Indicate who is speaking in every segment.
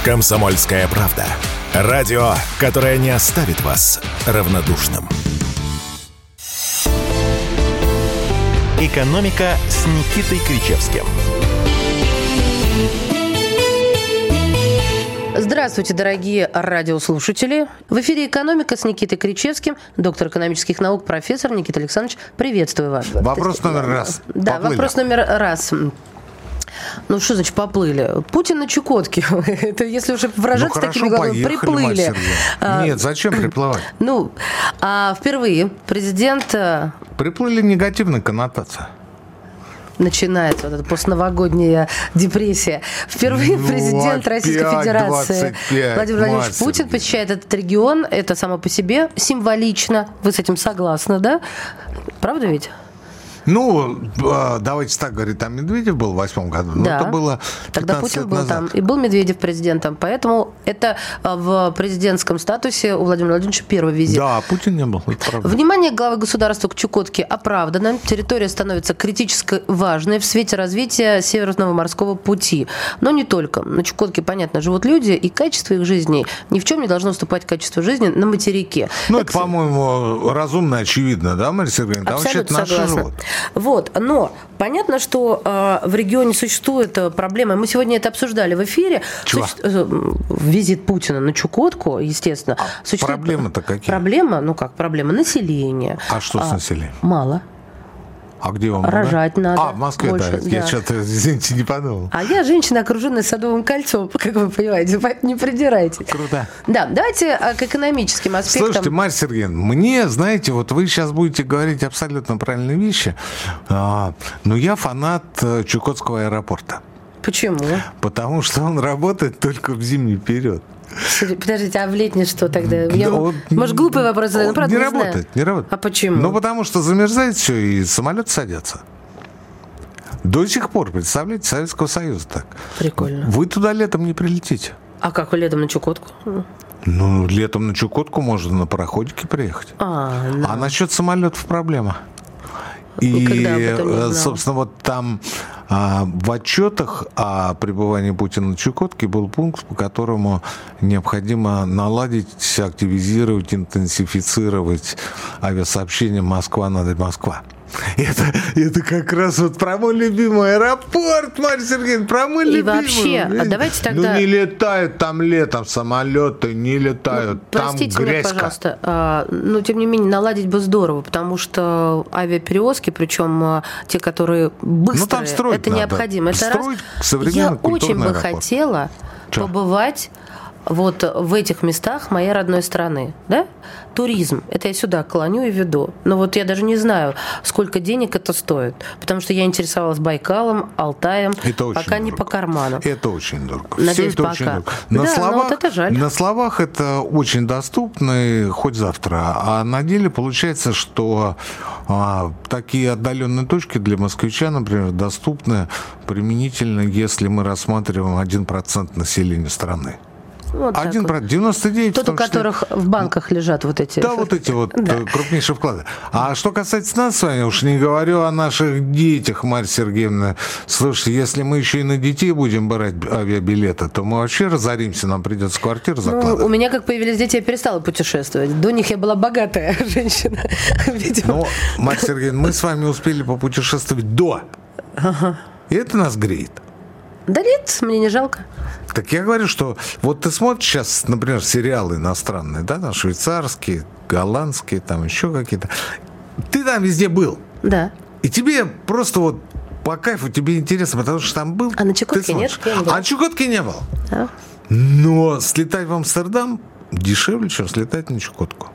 Speaker 1: «Комсомольская правда». Радио, которое не оставит вас равнодушным. «Экономика» с Никитой Кричевским.
Speaker 2: Здравствуйте, дорогие радиослушатели. В эфире «Экономика» с Никитой Кричевским, доктор экономических наук, профессор Никита Александрович. Приветствую вас.
Speaker 3: Вопрос номер раз.
Speaker 2: Да, поплыли. Вопрос номер раз. Ну, что значит поплыли? Путин на Чукотке. Это если уже выражаться такими глаголами, приплыли.
Speaker 3: Нет, зачем приплывать?
Speaker 2: Впервые президент...
Speaker 3: Приплыли негативная коннотация.
Speaker 2: Начинается вот эта постновогодняя депрессия. Впервые президент Российской Федерации Владимир Владимирович Путин посещает этот регион. Это само по себе символично. Вы с этим согласны, да? Правда ведь?
Speaker 3: Давайте так говорить, там Медведев был в 2008 году, но
Speaker 2: да.
Speaker 3: Это было 15
Speaker 2: Тогда Путин
Speaker 3: лет
Speaker 2: был
Speaker 3: назад.
Speaker 2: там, и был Медведев президентом, поэтому это в президентском статусе у Владимира Владимировича первый визит.
Speaker 3: Да, Путин не был, это правда.
Speaker 2: Внимание главы государства к Чукотке оправдано. Территория становится критически важной в свете развития Северного морского пути. Но не только. На Чукотке, понятно, живут люди, и качество их жизни ни в чем не должно уступать качеству жизни на материке.
Speaker 3: Это, по-моему, разумно и очевидно, да, Мария Сергеевна?
Speaker 2: Абсолютно согласна. Но понятно, что в регионе существует проблема. Мы сегодня это обсуждали в эфире. Визит Путина на Чукотку, естественно.
Speaker 3: Проблемы-то какие?
Speaker 2: Проблема, проблема населения.
Speaker 3: А что с населением?
Speaker 2: Мало.
Speaker 3: А где вам
Speaker 2: рожать надо?
Speaker 3: В Москве, больше, да. Я что-то, извините, не подумал.
Speaker 2: А я женщина, окруженная Садовым кольцом, как вы понимаете, не придирайтесь.
Speaker 3: Круто.
Speaker 2: Да, давайте к экономическим аспектам.
Speaker 3: Слушайте, Марья Сергеевна, мне, знаете, вот вы сейчас будете говорить абсолютно правильные вещи, но я фанат Чукотского аэропорта.
Speaker 2: Почему?
Speaker 3: Потому что он работает только в зимний период.
Speaker 2: Подождите, а в летний что тогда? Может, глупый вопрос задаю, но правда не знаю.
Speaker 3: Не работает.
Speaker 2: А почему?
Speaker 3: Потому что замерзает все, и самолеты садятся. До сих пор, представляете, Советского Союза так.
Speaker 2: Прикольно.
Speaker 3: Вы туда летом не прилетите.
Speaker 2: А как вы летом на Чукотку?
Speaker 3: Летом на Чукотку можно на пароходике приехать. А насчет самолетов проблема. И, собственно, вот там в отчетах о пребывании Путина на Чукотке был пункт, по которому необходимо наладить, активизировать, интенсифицировать авиасообщение Москва-Москва. Это как раз вот про мой любимый аэропорт, Марья Сергеевна, про мой любимый.
Speaker 2: И вообще, давайте тогда...
Speaker 3: не летают там летом самолеты, не летают, там грязька.
Speaker 2: Меня, пожалуйста, тем не менее, наладить бы здорово, потому авиаперевозки, причем те, которые быстрые, это надо. Необходимо. Это раз. Я очень бы хотела побывать вот в этих местах моей родной страны, да? Туризм, это я сюда клоню и веду. Но вот я даже не знаю, сколько денег это стоит, потому что я интересовалась Байкалом, Алтаем, пока не по карману.
Speaker 3: Это очень дорого.
Speaker 2: Надеюсь,
Speaker 3: все это
Speaker 2: пока.
Speaker 3: очень дорого.
Speaker 2: Это жаль.
Speaker 3: На словах это очень доступно, хоть завтра, а на деле получается, что такие отдаленные точки для москвича, например, доступны применительно, если мы рассматриваем 1% населения страны.
Speaker 2: Вот
Speaker 3: 1%, 99%.
Speaker 2: Тот, у которых в банках лежат вот эти...
Speaker 3: Да, вот эти вот крупнейшие вклады. А что касается нас с вами, уж не говорю о наших детях, Марья Сергеевна. Слушайте, если мы еще и на детей будем брать авиабилеты, то мы вообще разоримся, нам придется квартиру закладывать.
Speaker 2: У меня, как появились дети, я перестала путешествовать. До них я была богатая женщина, видимо.
Speaker 3: Марья Сергеевна, мы с вами успели попутешествовать до. И это нас греет.
Speaker 2: Да нет, мне не жалко.
Speaker 3: Так я говорю, что вот ты смотришь сейчас, например, сериалы иностранные, да, там швейцарские, голландские, там еще какие-то. Ты там везде был.
Speaker 2: Да.
Speaker 3: И тебе просто вот по кайфу, тебе интересно, потому что там был.
Speaker 2: А на Чукотке нет?
Speaker 3: А на Чукотке не был.
Speaker 2: А?
Speaker 3: Но слетать в Амстердам дешевле, чем слетать на Чукотку.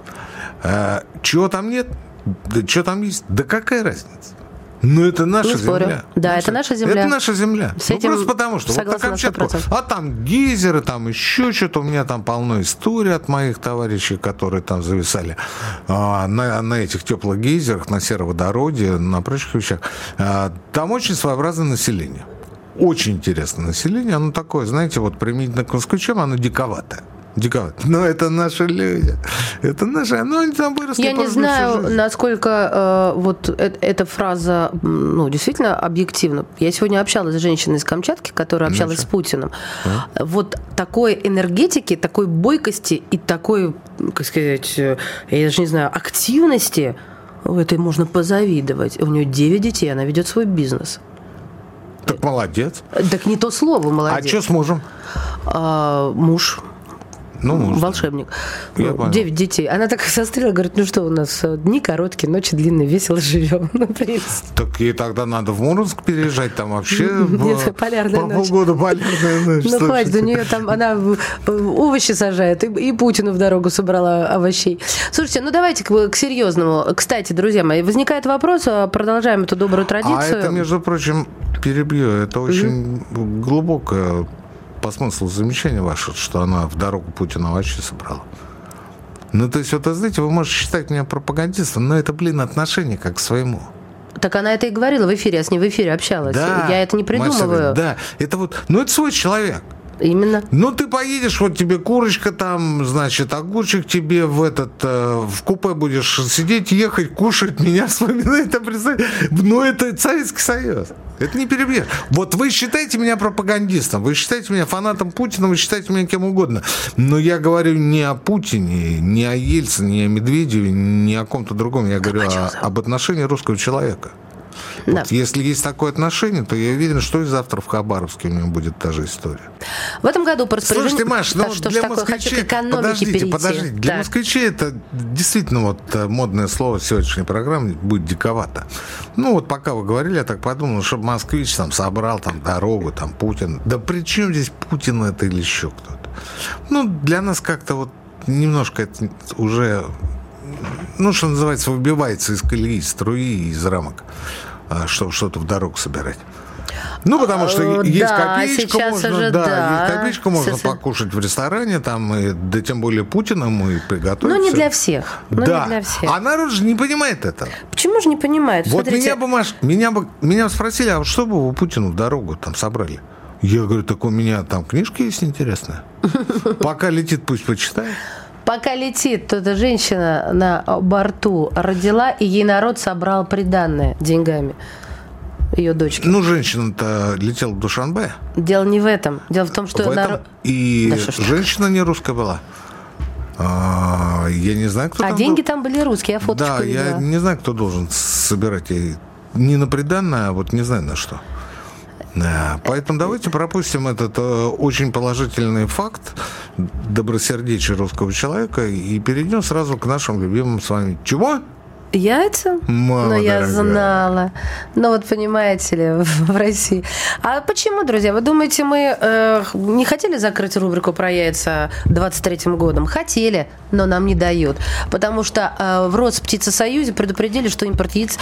Speaker 3: Чего там нет? Да что там есть? Да какая разница? Это наша земля.
Speaker 2: Да, это наша земля.
Speaker 3: Это наша земля.
Speaker 2: Просто
Speaker 3: потому что вот на Камчатку. А там гейзеры, там еще что-то. У меня там полно историй от моих товарищей, которые там зависали на этих теплых гейзерах, на сероводороде, на прочих вещах. Там очень своеобразное население. Очень интересное население. Оно такое, знаете, вот применительно к москвичам, оно диковатое. Диковато. Но это наши люди. Это наши. Ну, они там выросли.
Speaker 2: Я не знаю, насколько вот эта фраза, ну, действительно объективна. Я сегодня общалась с женщиной из Камчатки, которая общалась с Путиным. Вот такой энергетики, такой бойкости и такой, как сказать, я даже не знаю, активности, этой можно позавидовать. У нее 9 детей, она ведет свой бизнес.
Speaker 3: Так молодец.
Speaker 2: Так не то слово молодец.
Speaker 3: А что с мужем?
Speaker 2: Муж.
Speaker 3: Ну, муж.
Speaker 2: Волшебник. 9 детей. Она так сострила, говорит, ну что у нас, дни короткие, ночи длинные, весело живем. Ну,
Speaker 3: так ей тогда надо в Мурманск переезжать, там вообще
Speaker 2: полярная ночь.
Speaker 3: Полгода полярная ночь.
Speaker 2: Ну, хватит, у нее там, она овощи сажает, и Путину в дорогу собрала овощей. Слушайте, ну давайте к серьезному. Кстати, друзья мои, возникает вопрос, продолжаем эту добрую традицию.
Speaker 3: А это, между прочим, перебью, это очень глубокое по смыслу замечание ваше, что она в дорогу Путина вообще собрала. Ну, то есть, вот, знаете, вы можете считать меня пропагандистом, но это, отношение как к своему.
Speaker 2: Так она это и говорила в эфире, я с ней в эфире общалась. Да, я это не придумываю.
Speaker 3: Да, это вот, ну, это свой человек.
Speaker 2: Именно.
Speaker 3: Ну, ты поедешь, вот тебе курочка там, значит, огурчик тебе в купе будешь сидеть, ехать, кушать, меня вспоминать, ну, это Советский Союз. Это не перебьешь. Вот вы считаете меня пропагандистом, вы считаете меня фанатом Путина, вы считаете меня кем угодно. Но я говорю не о Путине, не о Ельцине, не о Медведеве, не о ком-то другом. Я говорю об отношении русского человека. Да. Вот если есть такое отношение, то я уверен, что и завтра в Хабаровске у него будет та же история.
Speaker 2: В этом году по распоряжению...
Speaker 3: Слушайте, Маш, ну для москвичей... Подождите. Для москвичей это действительно вот модное слово сегодняшней программы будет диковато. Ну вот пока вы говорили, я так подумал, чтобы москвич там собрал там дорогу, там Путин. Да при чем здесь Путин это или еще кто-то? Ну для нас как-то вот немножко это уже... Ну, что называется, выбивается из колеи, струи, из рамок, чтобы что-то в дорогу собирать. Ну, потому что есть копеечка, есть копеечка, можно покушать в ресторане, там, да тем более Путиным, и приготовить.
Speaker 2: Но не для всех. Не для всех.
Speaker 3: А народ же не понимает этого.
Speaker 2: Почему же не понимает?
Speaker 3: Вот смотрите. Меня спросили, а что бы вы Путину в дорогу там собрали? Я говорю, так у меня там книжка есть интересная. Пока летит, пусть почитает.
Speaker 2: Пока летит, то эта женщина на борту родила, и ей народ собрал приданное деньгами ее дочки.
Speaker 3: Ну, женщина-то летела в Душанбе.
Speaker 2: Дело не в этом. Дело в том, что...
Speaker 3: И женщина не русская была. Я не знаю, кто там
Speaker 2: деньги там были русские, я фоточку видела.
Speaker 3: Да, я не знаю, кто должен собирать. Не на приданное, а вот не знаю на что. Да, поэтому давайте пропустим этот очень положительный факт добросердечия русского человека и перейдем сразу к нашим любимым с вами. Чего?
Speaker 2: Яйца?
Speaker 3: Мама
Speaker 2: я знала. Ну вот понимаете ли, в России. А почему, друзья? Вы думаете, мы не хотели закрыть рубрику про яйца 23-м годом? Хотели, но нам не дают. Потому что в Росптицесоюзе предупредили, что импорт яиц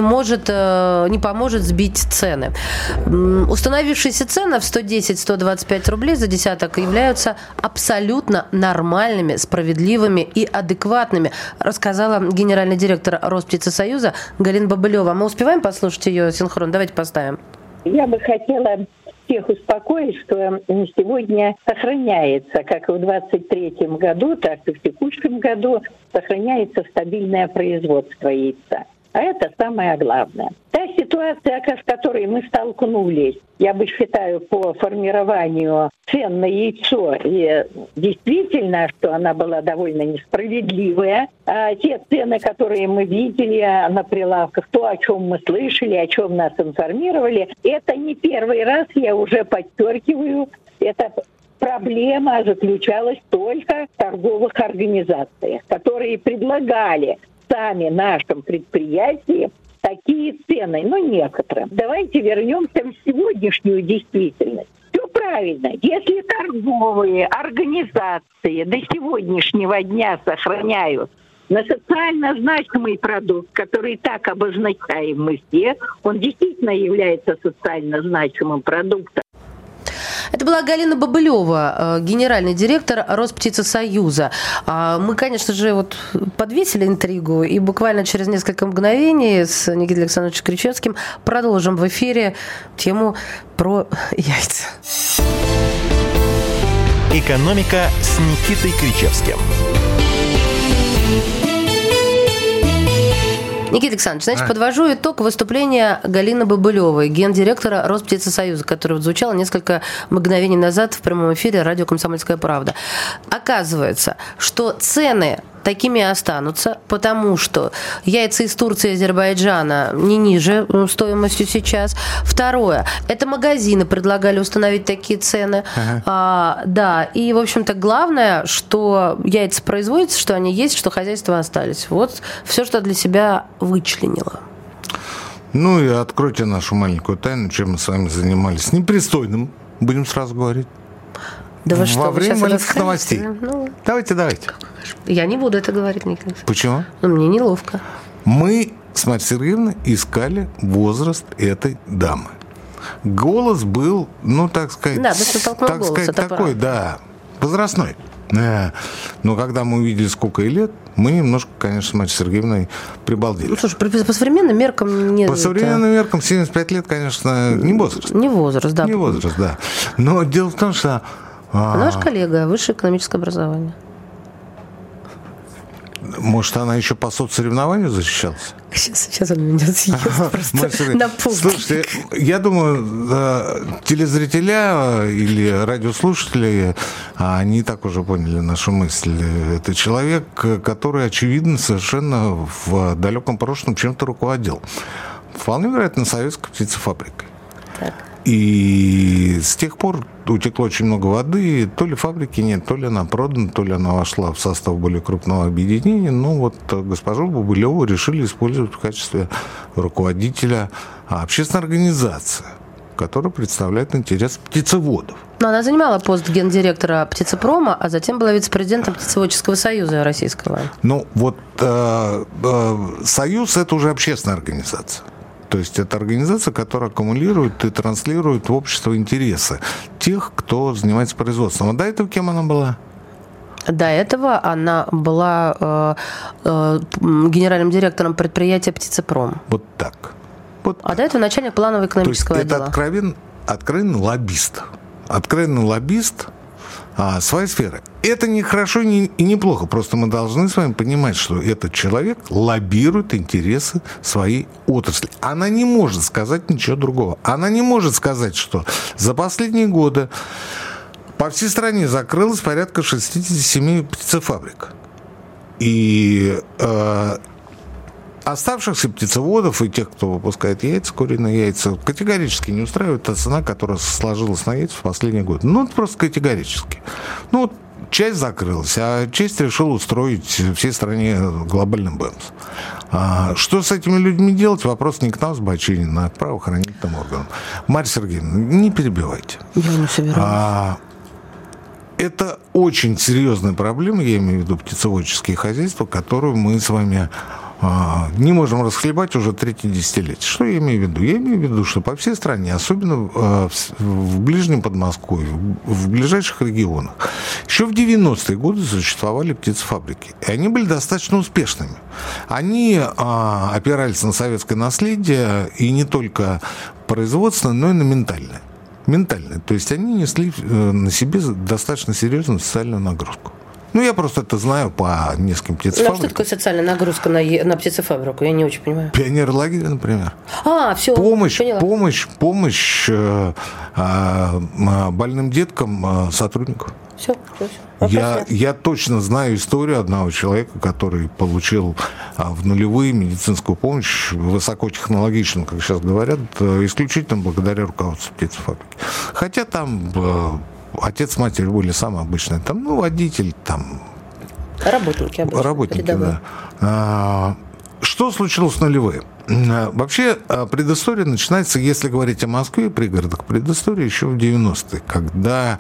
Speaker 2: не поможет сбить цены. Установившиеся цены в 110-125 рублей за десяток являются абсолютно нормальными, справедливыми и адекватными, рассказала генеральный директор Росптицесоюза Галина Бобылева. Мы успеваем послушать ее синхрон? Давайте поставим.
Speaker 4: Я бы хотела всех успокоить, что сегодня сохраняется, как и в 2023 году, так и в текущем году, сохраняется стабильное производство яйца. А это самое главное. Та ситуация, с которой мы столкнулись, я бы считаю, по формированию цен на яйцо, и действительно, что она была довольно несправедливая. А те цены, которые мы видели на прилавках, то, о чем мы слышали, о чем нас информировали, это не первый раз, я уже подчеркиваю, это проблема заключалась только в торговых организациях, которые предлагали сами нашим предприятиям такие цены, некоторым. Давайте вернемся в сегодняшнюю действительность. Все правильно. Если торговые организации до сегодняшнего дня сохраняют на социально значимый продукт, который так обозначаем мы все, он действительно является социально значимым продуктом.
Speaker 2: Это была Галина Бобылева, генеральный директор Росптицесоюза. Мы, конечно же, подвесили интригу, и буквально через несколько мгновений с Никитой Александровичем Кричевским продолжим в эфире тему про яйца.
Speaker 1: «Экономика» с Никитой Кричевским.
Speaker 2: Никита Александрович, значит, подвожу итог выступления Галины Бобылевой, гендиректора Росптицесоюза, которое звучало несколько мгновений назад в прямом эфире радио «Комсомольская правда». Оказывается, что цены такими останутся, потому что яйца из Турции и Азербайджана не ниже стоимостью сейчас. Второе, это магазины предлагали установить такие цены. Да, и, в общем-то, главное, что яйца производятся, что они есть, что хозяйства остались. Вот все, что для себя вычленила.
Speaker 3: Ну и откройте нашу маленькую тайну, чем мы с вами занимались. Непристойным, будем сразу говорить.
Speaker 2: Да вы что,
Speaker 3: во время маленьких новостей.
Speaker 2: Ну,
Speaker 3: давайте.
Speaker 2: Я не буду это говорить никогда.
Speaker 3: Почему?
Speaker 2: Ну, мне неловко.
Speaker 3: Мы с Марьей Сергеевной искали возраст этой дамы. Голос был, так сказать, такой, да, возрастной. Но когда мы увидели, сколько ей лет, мы немножко, конечно, с Марьей Сергеевной прибалдели.
Speaker 2: Ну, слушай, по современным меркам нет.
Speaker 3: По современным меркам 75 лет, конечно, не возраст.
Speaker 2: Не возраст, да.
Speaker 3: Не возраст, да. Но дело в том, что...
Speaker 2: Она же коллега, высшее экономическое образование.
Speaker 3: Может, она еще по соцсоревнованию защищалась?
Speaker 2: Сейчас он меня съест просто на пол.
Speaker 3: Слушайте, я думаю, телезрителя или радиослушатели, они так уже поняли нашу мысль. Это человек, который, очевидно, совершенно в далеком прошлом чем-то руководил. Вполне вероятно, советской птицефабрикой. Так. И с тех пор утекло очень много воды, то ли фабрики нет, то ли она продана, то ли она вошла в состав более крупного объединения. Но вот госпожу Бобылеву решили использовать в качестве руководителя общественной организации, которая представляет интерес птицеводов.
Speaker 2: Но она занимала пост гендиректора птицепрома, а затем была вице-президентом Птицеводческого союза российского.
Speaker 3: Ну вот союз – это уже общественная организация. То есть это организация, которая аккумулирует и транслирует в общество интересы тех, кто занимается производством. А до этого кем она была?
Speaker 2: До этого она была генеральным директором предприятия «Птицепром».
Speaker 3: Вот так.
Speaker 2: А до этого начальник планово-экономического отдела.
Speaker 3: Это откровенный лоббист. Откровенный лоббист своей сферы. Это не хорошо и не плохо. Просто мы должны с вами понимать, что этот человек лоббирует интересы своей отрасли. Она не может сказать ничего другого. Она не может сказать, что за последние годы по всей стране закрылось порядка 67 птицефабрик. И оставшихся птицеводов и тех, кто выпускает яйца, куриные яйца, категорически не устраивает та цена, которая сложилась на яйца в последние годы. Ну, просто категорически. Ну, вот часть закрылась, а часть решила устроить всей стране глобальный БЭМС. Что с этими людьми делать? Вопрос не к нам с Бачининым, а к правоохранительным органам. Марья Сергеевна, не перебивайте.
Speaker 2: Я не собираюсь.
Speaker 3: Это очень серьезная проблема, я имею в виду птицеводческие хозяйства, которую мы с вами не можем расхлебать уже третье десятилетие. Что я имею в виду? Я имею в виду, что по всей стране, особенно в ближнем Подмосковье, в ближайших регионах, еще в 90-е годы существовали птицефабрики. И они были достаточно успешными. Они опирались на советское наследие, и не только производственное, но и на ментальное. То есть они несли на себе достаточно серьезную социальную нагрузку. Ну, я просто это знаю по нескольким птицефабрикам.
Speaker 2: Ну, что такое социальная нагрузка на птицефабрику? Я не очень понимаю.
Speaker 3: Пионерлагерь, например.
Speaker 2: Все.
Speaker 3: Помощь больным деткам сотрудников.
Speaker 2: Все.
Speaker 3: Я точно знаю историю одного человека, который получил в нулевые медицинскую помощь, высокотехнологичную, как сейчас говорят, исключительно благодаря руководству птицефабрики. Хотя там отец с матерью были самые обычные. Там, водитель, там...
Speaker 2: Работники обычно.
Speaker 3: Работники, да. Что случилось в нулевые? Вообще, предыстория начинается, если говорить о Москве и пригородах, предыстория еще в 90-е, когда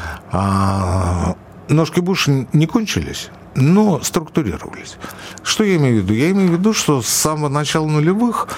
Speaker 3: ножки Буша не кончились, но структурировались. Что я имею в виду? Я имею в виду, что с самого начала нулевых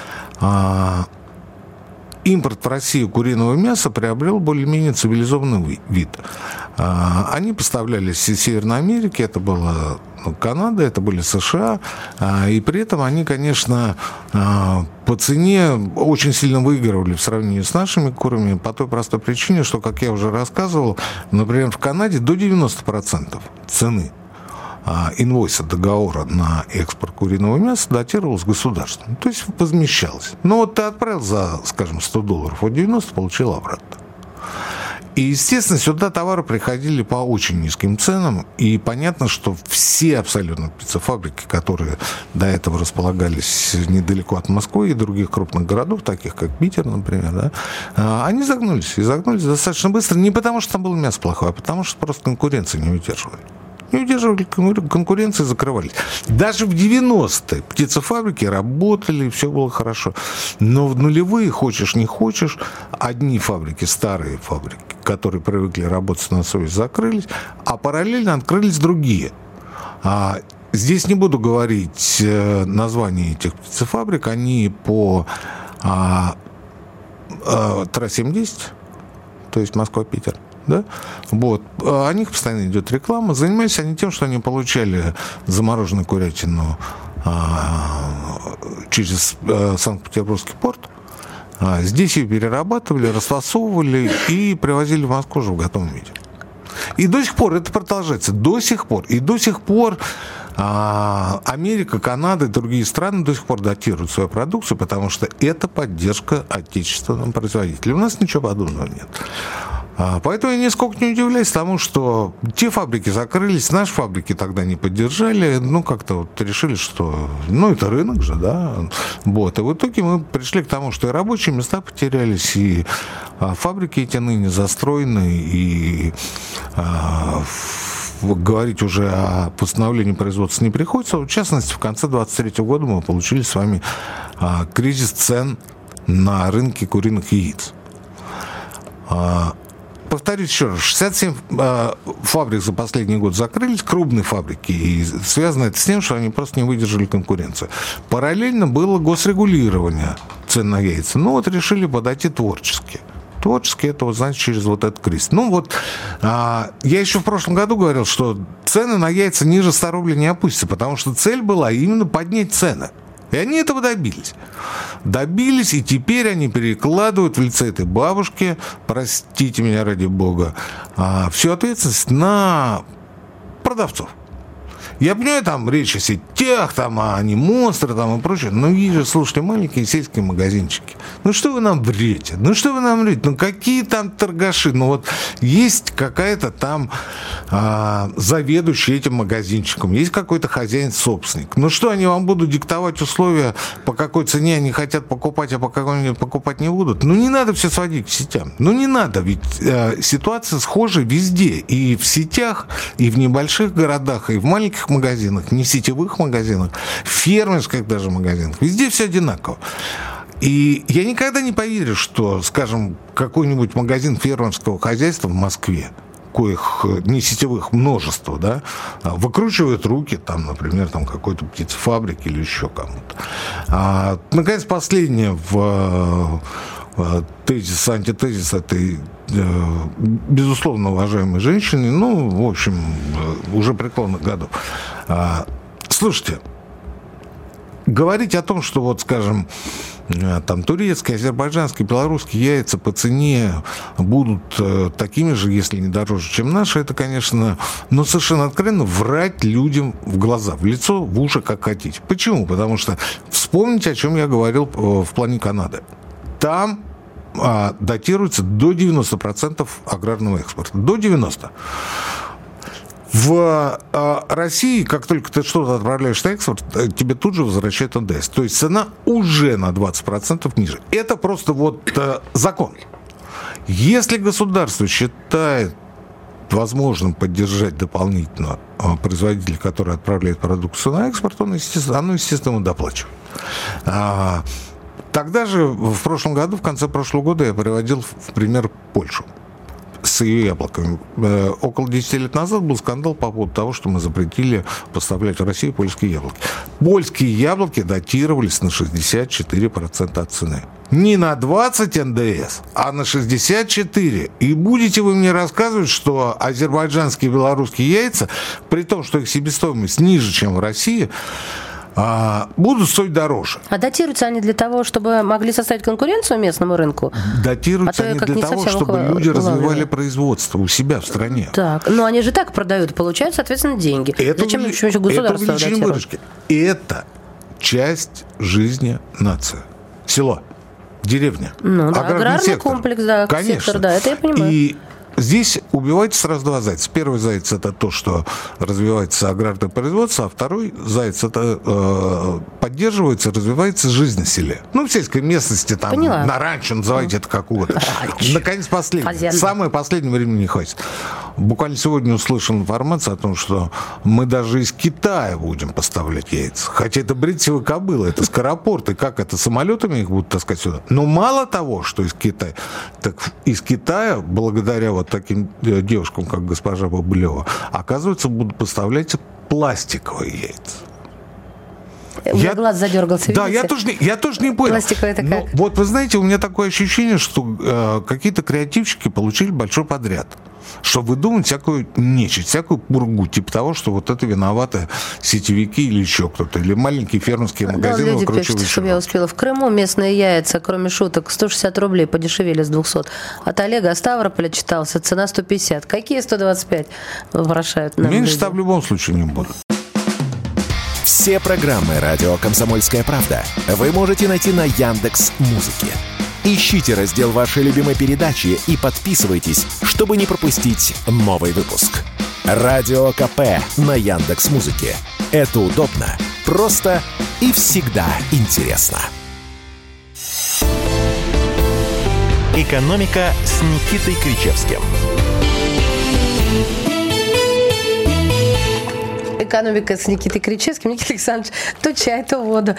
Speaker 3: импорт в Россию куриного мяса приобрел более-менее цивилизованный вид. Они поставлялись из Северной Америки, это была Канада, это были США, и при этом они, конечно, по цене очень сильно выигрывали в сравнении с нашими курами по той простой причине, что, как я уже рассказывал, например, в Канаде до 90% цены инвойса договора на экспорт куриного мяса датировалось государством, то есть возмещалось. Но вот ты отправил за, скажем, $100, вот 90 получил обратно. И, естественно, сюда товары приходили по очень низким ценам, и понятно, что все абсолютно птицефабрики, которые до этого располагались недалеко от Москвы и других крупных городов, таких как Питер, например, да, они загнулись, и загнулись достаточно быстро, не потому что там было мясо плохое, а потому что просто конкуренции не удерживали. Не удерживали конкуренции, закрывались. Даже в 90-е птицефабрики работали, все было хорошо. Но в нулевые, хочешь не хочешь, одни фабрики, старые фабрики, которые привыкли работать на совесть, закрылись, а параллельно открылись другие. Здесь не буду говорить названия этих птицефабрик, они по трассе М10, то есть Москва-Питер. Да? Вот. О них постоянно идет реклама. Занимались они тем, что они получали замороженную курятину через Санкт-Петербургский порт. Здесь ее перерабатывали, расфасовывали и привозили в Москву уже в готовом виде. И до сих пор это продолжается. До сих пор. И до сих пор Америка, Канада и другие страны до сих пор датируют свою продукцию, потому что это поддержка отечественным производителям. У нас ничего подобного нет. Поэтому я нисколько не удивляюсь тому, что те фабрики закрылись, наши фабрики тогда не поддержали, как-то вот решили, что, это рынок же, да, вот, и в итоге мы пришли к тому, что и рабочие места потерялись, и фабрики эти ныне застроены, и говорить уже о восстановлении производства не приходится. В частности, в конце 2023 года мы получили с вами кризис цен на рынке куриных яиц. Повторюсь еще раз, 67 фабрик за последний год закрылись, крупные фабрики, и связано это с тем, что они просто не выдержали конкуренцию. Параллельно было госрегулирование цен на яйца. Решили подойти творчески. Творчески это, значит, через вот этот кризис. Я еще в прошлом году говорил, что цены на яйца ниже 100 рублей не опустятся, потому что цель была именно поднять цены. И они этого добились. Добились, и теперь они перекладывают в лице этой бабушки, простите меня ради бога, всю ответственность на продавцов. Я понимаю, там речь о сетях, они монстры и прочее, но есть же, слушайте, маленькие сельские магазинчики. Что вы нам врете? Какие там торгаши? Есть какая-то там заведующая этим магазинчиком, есть какой-то хозяин-собственник. Что, они вам будут диктовать условия, по какой цене они хотят покупать, а по какой покупать не будут? Не надо все сводить к сетям. Не надо, ведь ситуация схожа везде. И в сетях, и в небольших городах, и в маленьких магазинах, не в сетевых магазинах, в фермерских даже магазинах. Везде все одинаково. И я никогда не поверю, что, скажем, какой-нибудь магазин фермерского хозяйства в Москве, коих не сетевых множество, да, выкручивают руки, например, какой-то птицефабрики или еще кому-то. Наконец, последнее в тезис, антитезис этой, безусловно, уважаемой женщины, в общем, уже преклонных годов. Слушайте, говорить о том, что, скажем, турецкие, азербайджанские, белорусские яйца по цене будут такими же, если не дороже, чем наши, это, конечно, совершенно откровенно врать людям в глаза, в лицо, в уши, как хотите. Почему? Потому что вспомните, о чем я говорил в плане Канады. Там датируется до 90% аграрного экспорта. До 90%. В России, как только ты что-то отправляешь на экспорт, тебе тут же возвращают НДС. То есть цена уже на 20% ниже. Это просто закон. Если государство считает возможным поддержать дополнительно производителей, которые отправляют продукцию на экспорт, оно, естественно, ему доплачивает. Тогда же, в прошлом году, в конце прошлого года, я приводил в пример Польшу. С с ее яблоками. Около 10 лет назад был скандал по поводу того, что мы запретили поставлять в Россию польские яблоки. Польские яблоки датировались на 64% от цены. Не на 20 НДС, а на 64. И будете вы мне рассказывать, что азербайджанские и белорусские яйца, при том, что их себестоимость ниже, чем в России, будут стоить дороже.
Speaker 2: А датируются они для того, чтобы могли составить конкуренцию местному рынку?
Speaker 3: Датируются они для того, чтобы люди развивали производство у себя в стране.
Speaker 2: Так, но они же так продают, получают, соответственно, деньги. Зачем еще государство датирует?
Speaker 3: Это часть жизни нации. Село. Деревня.
Speaker 2: Ну, да, аграрный сектор. Комплекс, да,
Speaker 3: конечно.
Speaker 2: Сектор, да, это я понимаю.
Speaker 3: И здесь убиваете сразу два зайца. Первый заяц – это то, что развивается аграрное производство, а второй заяц – это поддерживается, развивается жизнь на селе. Ну, в сельской местности, там, поняла. На ранчо, называйте это как угодно. Наконец, последнее. Самое последнее времени не хватит. Буквально сегодня услышал информацию о том, что мы даже из Китая будем поставлять яйца. Хотя это бритвенные кобылы, это скоропорты. Как это, самолетами их будут таскать сюда? Но мало того, что из Китая, так из Китая, благодаря вот таким девушкам, как госпожа Бабылева, оказывается, будут поставлять пластиковые яйца.
Speaker 2: У меня глаз задергался.
Speaker 3: Да, я тоже не понял.
Speaker 2: Пластиковая это как?
Speaker 3: Вот вы знаете, у меня такое ощущение, что какие-то креативщики получили большой подряд. Что выдумать всякую нечисть, всякую пургу, типа того, что вот это виноваты сетевики или еще кто-то, или маленькие фермерские магазины.
Speaker 2: Да, люди пишут, чтобы я успела. В Крыму местные яйца, кроме шуток, 160 рублей подешевели с 200. От Олега Ставрополя читался, цена 150. Какие 125? Вопрошают нам
Speaker 3: меньше люди. В любом случае не будут.
Speaker 1: Все программы «Радио Комсомольская правда» вы можете найти на Яндекс.Музыке. Ищите раздел вашей любимой передачи и подписывайтесь, чтобы не пропустить новый выпуск. Радио КП на Яндекс.Музыке. Это удобно, просто и всегда интересно.
Speaker 5: «Экономика» с Никитой Кричевским.
Speaker 2: «Экономика» с Никитой Кричевским. Никита Александрович, то чай, то воду.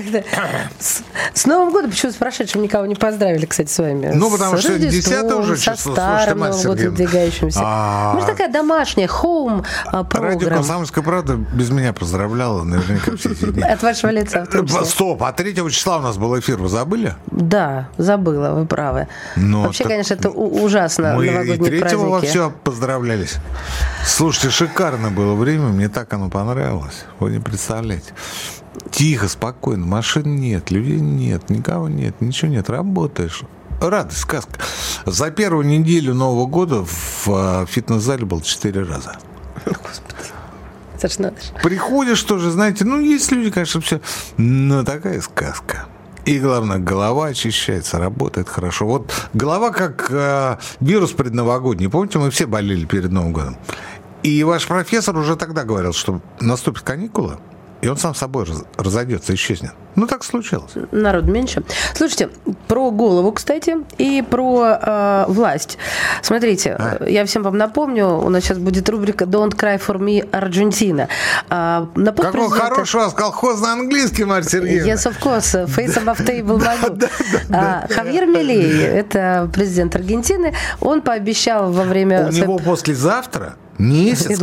Speaker 2: С Новым годом, почему с прошедшим никого не поздравили, кстати, с вами?
Speaker 3: Ну, потому что 10 уже число.
Speaker 2: Со старым Новым годом надвигающимся. Мы же такая домашняя, хоум-программа.
Speaker 3: Радио «Комсомольская правда» без меня поздравляла, наверняка все эти дни.
Speaker 2: От вашего лица.
Speaker 3: Стоп, а 3 числа у нас был эфир, вы забыли?
Speaker 2: Да, забыла, вы правы. Вообще, конечно, это ужасно, новогодние праздники. Мы и 3-го во все
Speaker 3: поздравлялись. Слушайте, шикарное было время, мне так оно понравилось. Вы не представляете. Тихо, спокойно, машин нет, людей нет, никого нет, ничего нет, работаешь. Радость, сказка. За первую неделю Нового года в фитнес-зале было 4 раза.
Speaker 2: Господи, это ж надо же.
Speaker 3: Приходишь тоже, знаете, есть люди, конечно, все, но такая сказка. И, главное, голова очищается, работает хорошо. Вот голова как вирус предновогодний. Помните, мы все болели перед Новым годом. И ваш профессор уже тогда говорил, что наступит каникула, и он сам собой разойдется, исчезнет. Так случилось.
Speaker 2: Народ меньше. Слушайте, про голову, кстати, и про власть. Смотрите, я всем вам напомню, у нас сейчас будет рубрика «Don't cry for me, Argentina».
Speaker 3: Какой хороший у вас колхозно-английский, Марья Сергеевна.
Speaker 2: Yes, of course. Face above table могу. Хавьер Милей, это президент Аргентины, он пообещал во время...
Speaker 3: У него послезавтра месяц,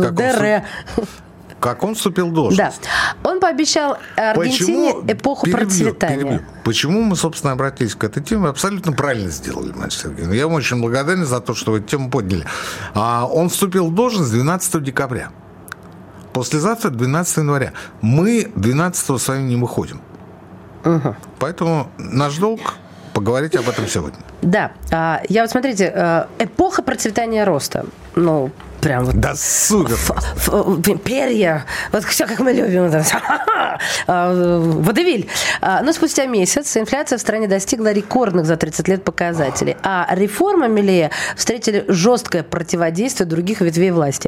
Speaker 3: как он вступил в должность. Да.
Speaker 2: Он пообещал Аргентине эпоху процветания.
Speaker 3: Почему мы, собственно, обратились к этой теме? Абсолютно правильно сделали, Марья Сергеевна. Я вам очень благодарен за то, что вы эту тему подняли. Он вступил в должность 12 декабря. Послезавтра 12 января. Мы 12-го с вами не выходим. Угу. Поэтому наш долг поговорить об этом сегодня.
Speaker 2: Да. Я смотрите, эпоха процветания роста. Прям вот.
Speaker 3: Да, супер.
Speaker 2: Перья. Вот все, как мы любим. Водевиль. Но спустя месяц инфляция в стране достигла рекордных за 30 лет показателей. А реформа Милея встретили жесткое противодействие других ветвей власти.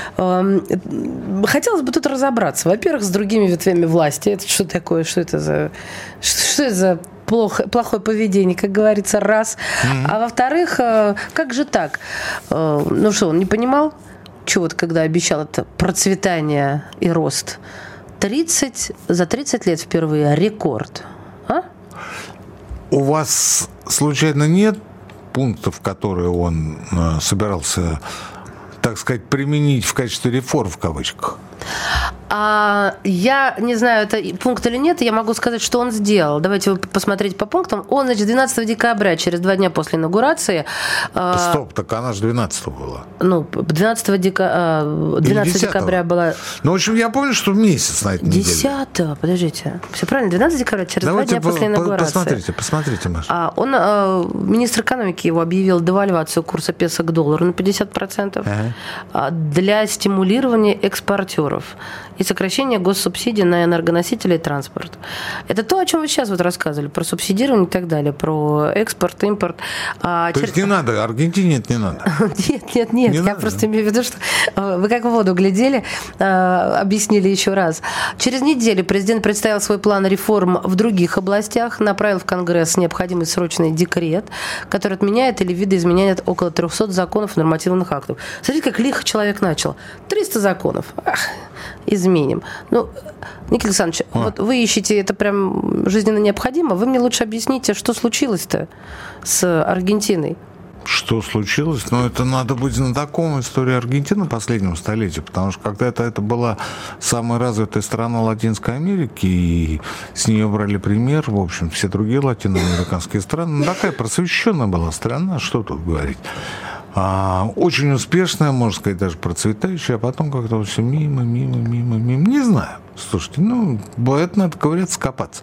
Speaker 2: Хотелось бы тут разобраться. Во-первых, с другими ветвями власти. Это что такое? Что это за плохое поведение, как говорится, раз. А во-вторых, как же так? Что, он не понимал? Чего-то, когда обещал это процветание и рост. За 30 лет впервые рекорд.
Speaker 3: У вас, случайно, нет пунктов, которые он собирался, так сказать, применить в качестве реформ в кавычках?
Speaker 2: Я не знаю, это пункт или нет, я могу сказать, что он сделал. Давайте посмотреть по пунктам. Он, значит, 12 декабря, через 2 дня после инаугурации...
Speaker 3: Стоп, так она же 12 была.
Speaker 2: 12 декабря была...
Speaker 3: Ну, в общем, я помню, что месяц на этой неделе.
Speaker 2: 10-го, подождите. Все правильно, 12 декабря, через 2 дня после инаугурации.
Speaker 3: Посмотрите, Маша.
Speaker 2: Он, министр экономики его объявил девальвацию курса песо к доллару на 50% для стимулирования экспортеров и сокращение госсубсидий на энергоносители и транспорт. Это то, о чем вы сейчас вот рассказывали, про субсидирование и так далее, про экспорт, импорт.
Speaker 3: То есть не надо, Аргентине это не надо?
Speaker 2: Нет, я надо, просто имею в виду, что вы как в воду глядели, объяснили еще раз. Через неделю президент представил свой план реформ в других областях, направил в Конгресс необходимый срочный декрет, который отменяет или видоизменяет около 300 законов и нормативных актов. Смотрите, как лихо человек начал. 300 законов. Изменим. Никита Александрович, вот вы ищете, это прям жизненно необходимо. Вы мне лучше объясните, что случилось-то с Аргентиной?
Speaker 3: Что случилось? Это надо быть знатоком истории Аргентины последнего столетия, потому что когда-то это была самая развитая страна Латинской Америки, и с нее брали пример, в общем, все другие латиноамериканские страны. Такая просвещенная была страна, что тут говорить. Очень успешная, можно сказать, даже процветающая, а потом как-то все мимо. Не знаю. Слушайте, это надо ковыряться, копаться.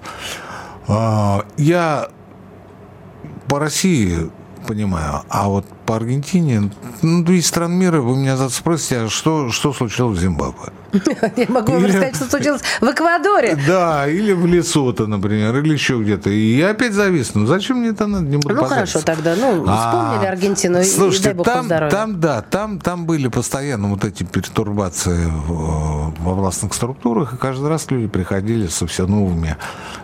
Speaker 3: Я по России понимаю, а вот по Аргентине, из стран мира, вы меня завтра спросите, а что случилось в Зимбабве?
Speaker 2: Я могу вам рассказать, что случилось в Эквадоре.
Speaker 3: Да, или в Лесото, например, или еще где-то. И я опять зависну. Зачем мне это надо? Не буду
Speaker 2: хорошо тогда. Вспомнили Аргентину,
Speaker 3: слушайте,
Speaker 2: и дай бог вам здоровья.
Speaker 3: Там были постоянно вот эти пертурбации в областных структурах, и каждый раз люди приходили со все новыми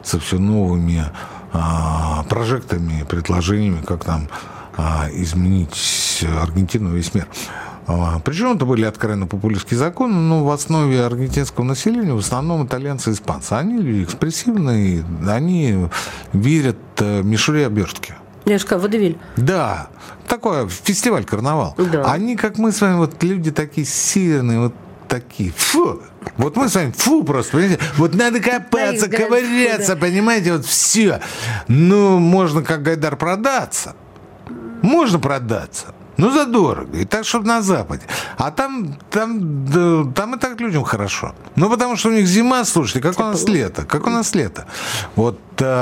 Speaker 3: прожектами, предложениями, как там изменить Аргентину, весь мир. Причем это были откровенно популистские законы, но в основе аргентинского населения в основном итальянцы и испанцы. Они люди экспрессивные, они верят мишуре обертки.
Speaker 2: Лешка, водевиль.
Speaker 3: Да, такой фестиваль, карнавал. Да. Они, как мы с вами, люди такие северные, такие, фу. Вот мы с вами, просто, понимаете, вот надо копаться, ковыряться, понимаете, все. Можно, как Гайдар, продаться. Можно продаться. Задорого. И так, чтобы на Западе. А там и так людям хорошо. Потому что у них зима, слушайте, как у нас лето. Вот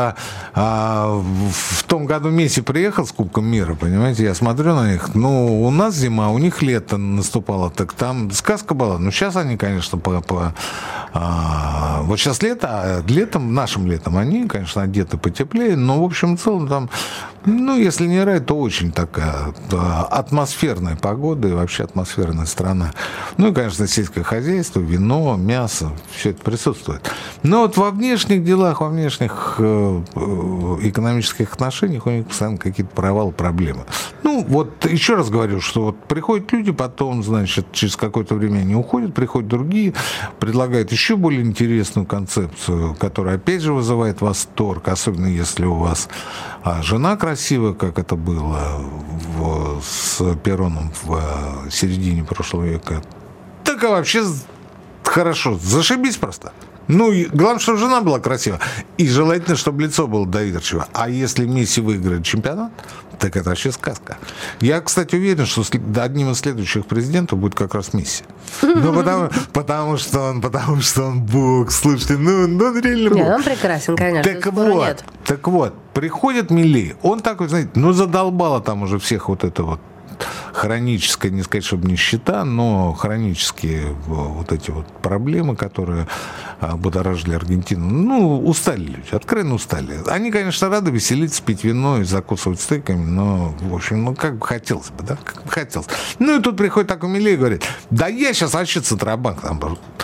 Speaker 3: в том году Месси приехал с Кубком мира, понимаете, я смотрю на них, у нас зима, у них лето наступало, так там сказка была. Сейчас они, конечно, вот сейчас лето, а нашим летом они, конечно, одеты потеплее, но в общем и целом там, если не рай, то очень такая атмосферная погода и вообще атмосферная страна. И, конечно, сельское хозяйство, вино, мясо, все это присутствует. Но вот во внешних делах, во внешних экономических отношениях у них постоянно какие-то провалы, проблемы. Еще раз говорю, что приходят люди, потом, значит, через какое-то время они уходят, приходят другие, предлагают еще более интересную концепцию, которая, опять же, вызывает восторг, особенно если у вас жена красивая, как это было с Пероном в середине прошлого века. Так вообще хорошо, зашибись просто. Главное, чтобы жена была красива. И желательно, чтобы лицо было доверчиво. А если Месси выиграет чемпионат, так это вообще сказка. Я, кстати, уверен, что одним из следующих президентов будет как раз Месси. Потому что он бог. Слушайте, он реально бог.
Speaker 2: Нет, он прекрасен, конечно.
Speaker 3: Так вот, приходит Милей. Он такой, знаете, задолбало там уже всех вот это вот хроническая, не сказать, чтобы нищета, но хронические вот эти вот проблемы, которые будоражили Аргентину. Устали люди, откровенно устали. Они, конечно, рады веселиться, пить вино и закусывать стейками, но, в общем, как бы хотелось бы, да? Как бы хотелось. И тут приходит такой Милей и говорит, да я сейчас вообще Центробанк там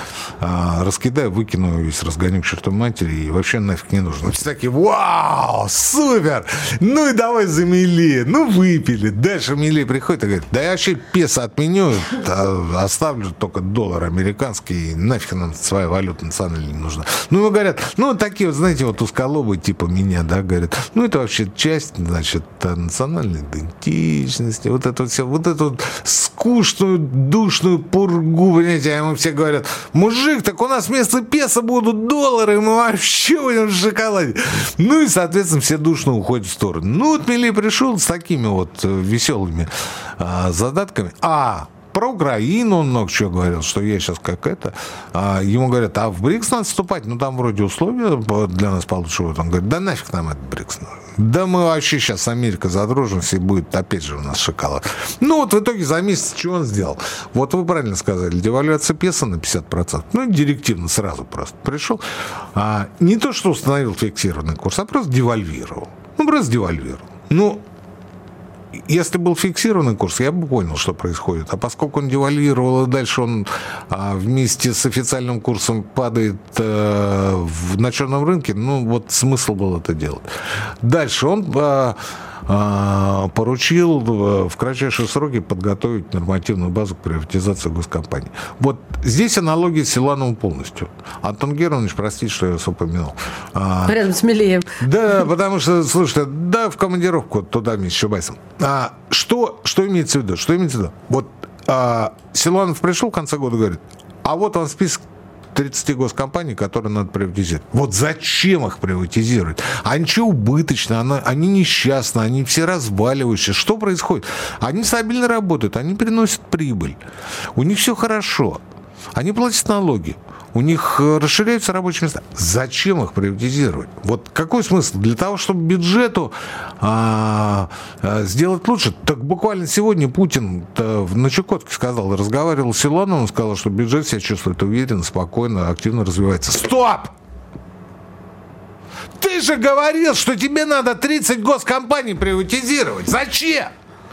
Speaker 3: раскидаю, выкину весь, разгоню к чертовой матери, и вообще нафиг не нужно. Все такие, вау, супер, ну и давай замели, ну выпили. Дальше Милей приходит и говорит, да я вообще песо отменю, оставлю только доллар американский, нафиг нам своя валюта национальная не нужна. Ну, ему говорят, ну, такие вот, знаете, вот узколобые типа меня, да, говорят, ну, это вообще часть, значит, национальной идентичности, вот это вот все, вот эту вот скучную, душную пургу, понимаете, а ему все говорят, мужик, так у нас вместо песо будут доллары, мы вообще будем в шоколаде. Ну, и, соответственно, все душно уходят в сторону. Ну, вот Милей пришел с такими вот веселыми задатками. Про Украину он много чего говорил, что я сейчас как это. Ему говорят, а в БРИКС надо вступать? Ну, там вроде условия для нас получше. Он говорит, да нафиг нам этот БРИКС. Да мы вообще сейчас с Америкой задружимся, и будет опять же у нас шоколад. Ну, вот в итоге за месяц что он сделал? Вот вы правильно сказали, девальвация песо на 50%. Ну, директивно сразу просто пришел. Не то, что установил фиксированный курс, а просто девальвировал. Ну, просто девальвировал. Ну, если был фиксированный курс, я бы понял, что происходит. А поскольку он девальвировал, и дальше он вместе с официальным курсом падает на черном рынке, ну, вот смысл был это делать. Дальше он поручил в кратчайшие сроки подготовить нормативную базу к приватизации госкомпаний. Вот здесь аналогия с Силановым полностью. Антон Германович, простите, что я вас упомянул.
Speaker 2: Рядом с Милеем.
Speaker 3: Да, потому что, слушайте, да, в командировку туда вместе с Чубайсом. Что имеется в виду? Что имеется в виду? Вот Силанов пришел в конце года и говорит, а вот вам список 30 госкомпаний, которые надо приватизировать. Вот зачем их приватизировать? Они что, убыточно, они несчастны, они все разваливающие. Что происходит? Они стабильно работают, они приносят прибыль. У них все хорошо. Они платят налоги. У них расширяются рабочие места. Зачем их приватизировать? Вот какой смысл? Для того, чтобы бюджету сделать лучше. Так буквально сегодня Путин на Чукотке сказал, разговаривал с Силановым, сказал, что бюджет себя чувствует уверенно, спокойно, активно развивается. Стоп! Ты же говорил, что тебе надо 30 госкомпаний приватизировать. Зачем?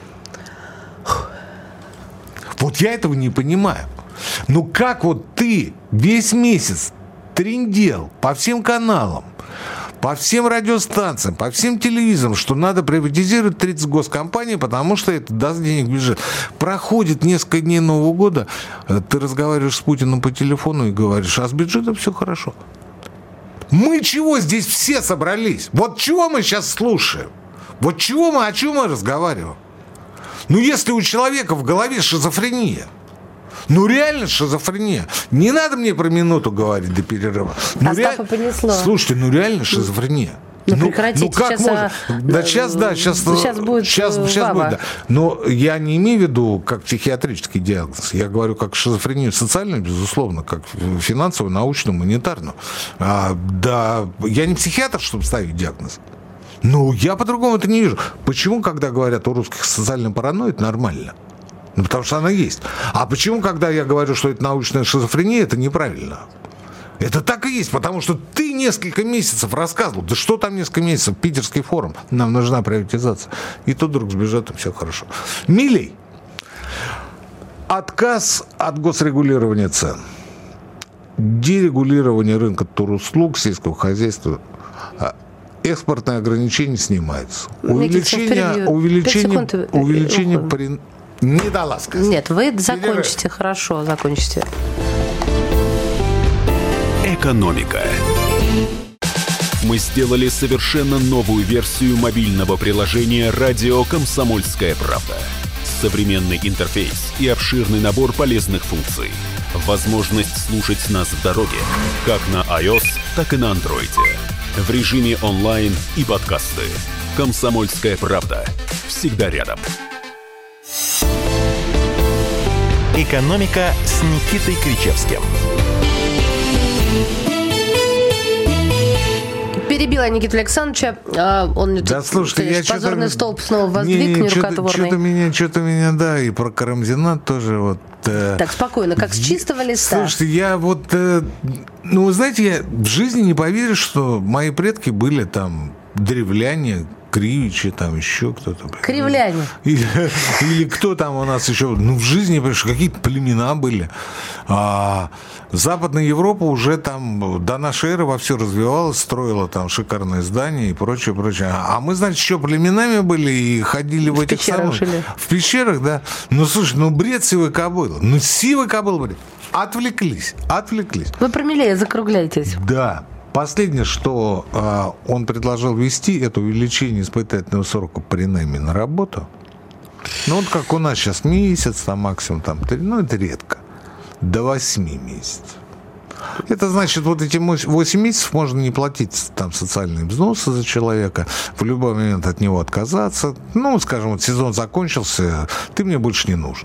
Speaker 3: Вот я этого не понимаю. Ну как вот ты весь месяц трындел по всем каналам, по всем радиостанциям, по всем телевизорам, что надо приватизировать 30 госкомпаний, потому что это даст денег в бюджет. Проходит несколько дней Нового года, ты разговариваешь с Путиным по телефону и говоришь, а с бюджетом все хорошо. Мы чего здесь все собрались? Вот чего мы сейчас слушаем? Вот чего мы, о чем мы разговариваем? Ну если у человека в голове шизофрения, ну, реально шизофрения. Не надо мне про минуту говорить до перерыва. Ну,
Speaker 2: понесло.
Speaker 3: Слушайте, ну реально шизофрения.
Speaker 2: Прекратите,
Speaker 3: как
Speaker 2: сейчас,
Speaker 3: можно? Да сейчас будет. Сейчас будет, да. Но я не имею в виду как психиатрический диагноз. Я говорю как шизофрению социальную, безусловно, как финансовую, научную, монетарную. Да, я не психиатр, чтобы ставить диагноз. Ну, я по-другому это не вижу. Почему, когда говорят у русских социальная паранойя, это нормально? Ну, потому что она есть. А почему, когда я говорю, что это научная шизофрения, это неправильно? Это так и есть, потому что ты несколько месяцев рассказывал. Да что там несколько месяцев? Питерский форум. Нам нужна приватизация. И тут вдруг с бюджетом все хорошо. Милей. Отказ от госрегулирования цен. Дерегулирование рынка туруслуг, сельского хозяйства. Экспортные ограничения снимаются. Увеличение не дала сказать.
Speaker 2: Нет, вы закончите, хорошо, закончите.
Speaker 5: Экономика. Мы сделали совершенно новую версию мобильного приложения «Радио Комсомольская правда». Современный интерфейс и обширный набор полезных функций. Возможность слушать нас в дороге, как на iOS, так и на Android. В режиме онлайн и подкасты. «Комсомольская правда». Всегда рядом.
Speaker 1: «Экономика» с Никитой Кричевским.
Speaker 2: Перебила Никиту Александровича. Он мне
Speaker 3: да, слушайте, я
Speaker 2: позорный столб снова воздвиг, нерукотворный.
Speaker 3: Что-то меня, да, и про Карамзина тоже вот.
Speaker 2: Так, спокойно, как с чистого листа.
Speaker 3: Слушайте, я вот, ну, вы знаете, я в жизни не поверю, что мои предки были там древляне, Кривичи, там еще кто-то.
Speaker 2: Кривляне.
Speaker 3: Или кто там у нас еще, в жизни, какие-то племена были. Западная Европа уже там до нашей эры вовсю развивалась, строила там шикарные здания и прочее, прочее. А мы, значит, еще племенами были и ходили в этих самых... В пещерах, да. Слушай, бред сивой кобылы. Сивой кобылы, блин. Отвлеклись.
Speaker 2: Вы промилее закругляйтесь.
Speaker 3: Да. Последнее, что он предложил ввести, это увеличение испытательного срока при найме на работу. Как у нас сейчас месяц, там максимум 3, это редко. До 8 месяцев. Это значит, вот эти 8 месяцев можно не платить там социальные взносы за человека, в любой момент от него отказаться. Скажем, вот сезон закончился, ты мне больше не нужен.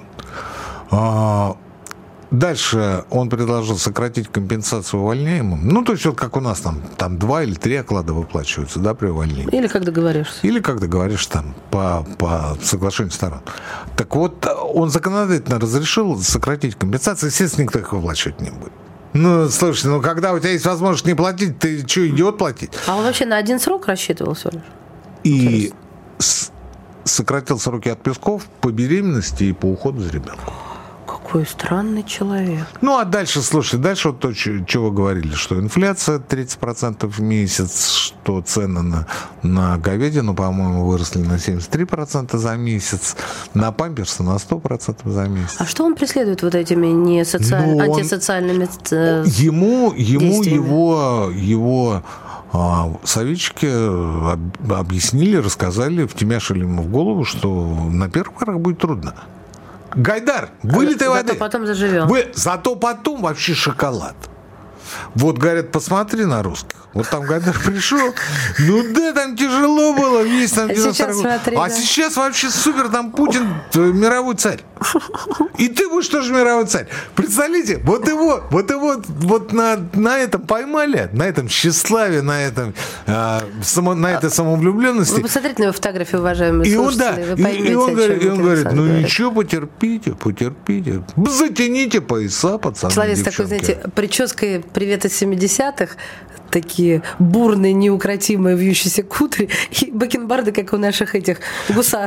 Speaker 3: Дальше он предложил сократить компенсацию увольняемым. То есть, вот как у нас там 2 или 3 оклада выплачиваются, да, при увольнении.
Speaker 2: Или как договоришься.
Speaker 3: Или как договоришься там по соглашению сторон. Так вот, он законодательно разрешил сократить компенсацию. Естественно, никто их выплачивать не будет. Слушай, когда у тебя есть возможность не платить, ты что, идиот платить?
Speaker 2: А он вообще на один срок рассчитывал всё лишь?
Speaker 3: И сократил сроки отпусков по беременности и по уходу за ребенком.
Speaker 2: Какой странный человек.
Speaker 3: А дальше, слушай, вот то, чего вы говорили, что инфляция 30% в месяц, что цены на говядину, по-моему, выросли на 73% за месяц, на памперсы на 100% за месяц.
Speaker 2: А что он преследует вот этими антисоциальными
Speaker 3: Ему его советчики объяснили, рассказали, втемяшили ему в голову, что на первых порах будет трудно. Гайдар, вылитой воды.
Speaker 2: Зато потом заживем.
Speaker 3: Зато потом вообще шоколад. Вот, говорят, посмотри на русских. Вот там Гайдар пришел, там тяжело было, весь там 90
Speaker 2: смотри,
Speaker 3: да. Сейчас вообще супер, там Путин мировой царь. И ты будешь тоже мировой царь. Представляете, вот его на этом поймали, на этом тщеславии, на этой самовлюбленности.
Speaker 2: Вы посмотрите на его фотографию, уважаемые слушатели, вы поймете,
Speaker 3: и он говорит, ничего, потерпите, затяните пояса, пацаны,
Speaker 2: человек с такой, знаете, прической «Привет из 70-х», такие бурные, неукротимые вьющиеся кудри и бакенбарды, как у наших этих гусар.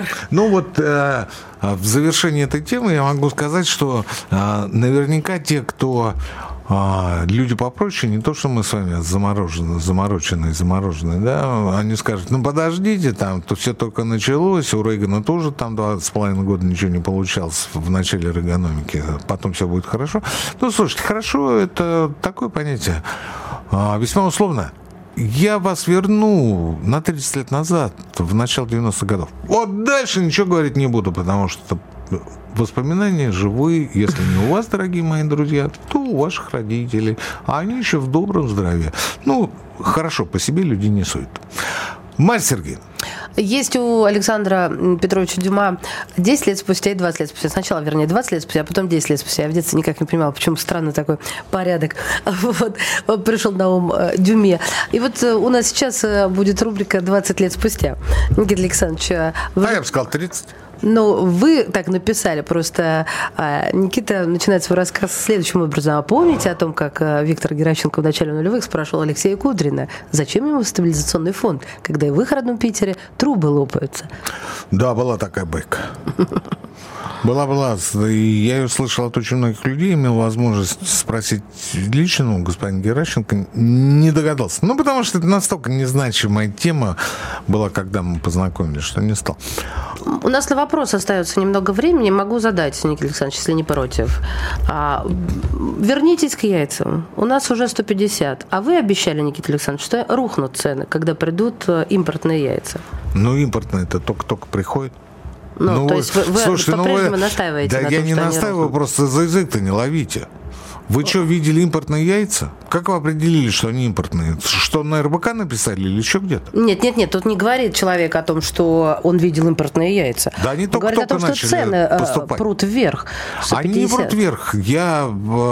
Speaker 3: В завершении этой темы я могу сказать, что наверняка те, кто люди попроще, не то, что мы с вами замороченные, да, они скажут, подождите, там, то все только началось, у Рейгана тоже там 2,5 года ничего не получалось в начале Рейгономики, потом все будет хорошо. Слушайте, хорошо, это такое понятие, весьма условно. Я вас верну на 30 лет назад, в начало 90-х годов. Вот дальше ничего говорить не буду, потому что воспоминания живые, если не у вас, дорогие мои друзья, то у ваших родителей. А они еще в добром здравии. Хорошо, по себе люди не суют. Марья Сергеевна.
Speaker 2: Есть у Александра Петровича Дюма 10 лет спустя и 20 лет спустя. Сначала, 20 лет спустя, а потом 10 лет спустя. Я в детстве никак не понимала, почему странный такой порядок. Вот пришел на ум Дюме. И вот у нас сейчас будет рубрика «20 лет спустя». Никита Александрович...
Speaker 3: я бы сказал 30.
Speaker 2: Вы так написали, просто Никита начинает свой рассказ следующим образом. А помните о том, как Виктор Геращенко в начале нулевых спрашивал Алексея Кудрина, зачем ему стабилизационный фонд, когда и в их родном Питере трубы лопаются?
Speaker 3: Да, была такая байка. Была. И я ее слышал от очень многих людей, имел возможность спросить лично у господина Геращенко, не догадался. Потому что это настолько незначимая тема была, когда мы познакомились, что не стал.
Speaker 2: У нас на вопрос остается немного времени. Могу задать, Никита Александрович, если не против. Вернитесь к яйцам. У нас уже 150. А вы обещали, Никита Александрович, что рухнут цены, когда придут импортные яйца?
Speaker 3: Импортные это только приходят.
Speaker 2: То есть вы по-прежнему настаиваете на том,
Speaker 3: я не настаиваю, просто за язык-то не ловите. Вы что, видели импортные яйца? Как вы определили, что они импортные? Что на РБК написали или еще где-то?
Speaker 2: Нет, тут не говорит человек о том, что он видел импортные яйца.
Speaker 3: Да, они только
Speaker 2: говорит о том, что цены
Speaker 3: поступать.
Speaker 2: Прут вверх. 150.
Speaker 3: Они не прут вверх. Я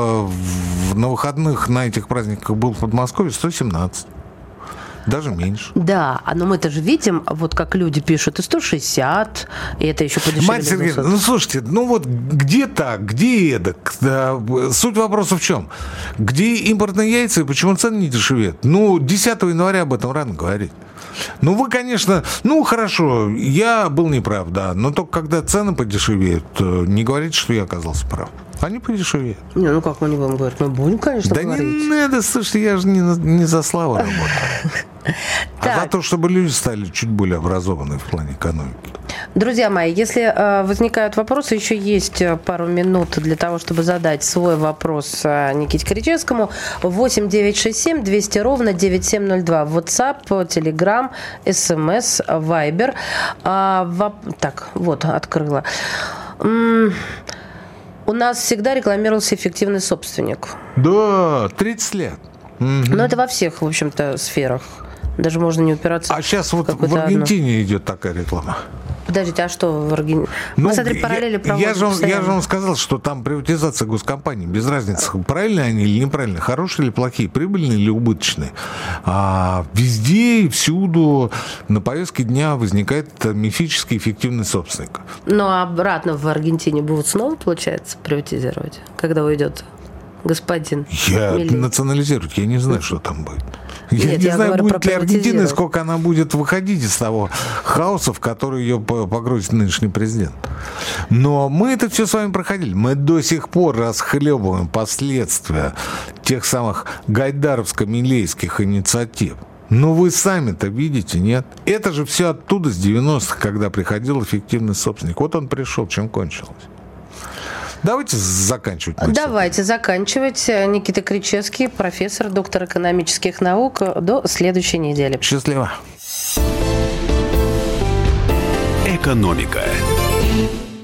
Speaker 3: на выходных на этих праздниках был в Подмосковье, 117. Даже меньше.
Speaker 2: Да, но мы-то же видим, вот как люди пишут, и 160, и это еще подешевле.
Speaker 3: Марья Сергеевна, слушайте, где так, где эдак? Суть вопроса в чем? Где импортные яйца и почему цены не дешевеют? 10 января об этом рано говорить. Ну, вы, конечно... Ну, хорошо, я был неправ, да. Но только когда цены подешевеют, не говорите, что я оказался прав. Они подешевеют.
Speaker 2: Не, ну как мы не будем говорить? Мы будем, конечно, говорить.
Speaker 3: Да не надо, слушайте, я же не за славу работаю. А за то, чтобы люди стали чуть более образованные в плане экономики.
Speaker 2: Друзья мои, если возникают вопросы, еще есть пару минут для того, чтобы задать свой вопрос Никите Кричевскому. 8 967 200 ровно 9702. WhatsApp, Telegram, SMS, Viber. Так, вот, открыла. У нас всегда рекламировался эффективный собственник.
Speaker 3: Да, 30 лет.
Speaker 2: Но это во всех, в общем-то, сферах. Даже можно не упираться.
Speaker 3: А сейчас вот в Аргентине идет такая реклама.
Speaker 2: Подождите, а что в Аргентине? Мы, смотри, параллели проводим.
Speaker 3: Я же вам сказал, что там приватизация госкомпаний. Без разницы, правильные они или неправильные, хорошие или плохие, прибыльные или убыточные. Везде и всюду на повестке дня возникает мифический эффективный собственник.
Speaker 2: Ну, а обратно в Аргентине будут снова, получается, приватизировать, когда уйдет господин Милей?
Speaker 3: Национализировать, я не знаю, что там будет. Я не знаю, будет ли Аргентина, и сколько она будет выходить из того хаоса, в который ее погрузит нынешний президент. Но мы это все с вами проходили. Мы до сих пор расхлебываем последствия тех самых гайдаровско-милейских инициатив. Но вы сами-то видите, нет? Это же все оттуда, с 90-х, когда приходил эффективный собственник. Вот он пришел, чем кончилось. Давайте заканчивать.
Speaker 2: Давайте заканчивать. Никита Кричевский, профессор, доктор экономических наук. До следующей недели.
Speaker 3: Счастливо.
Speaker 5: Экономика.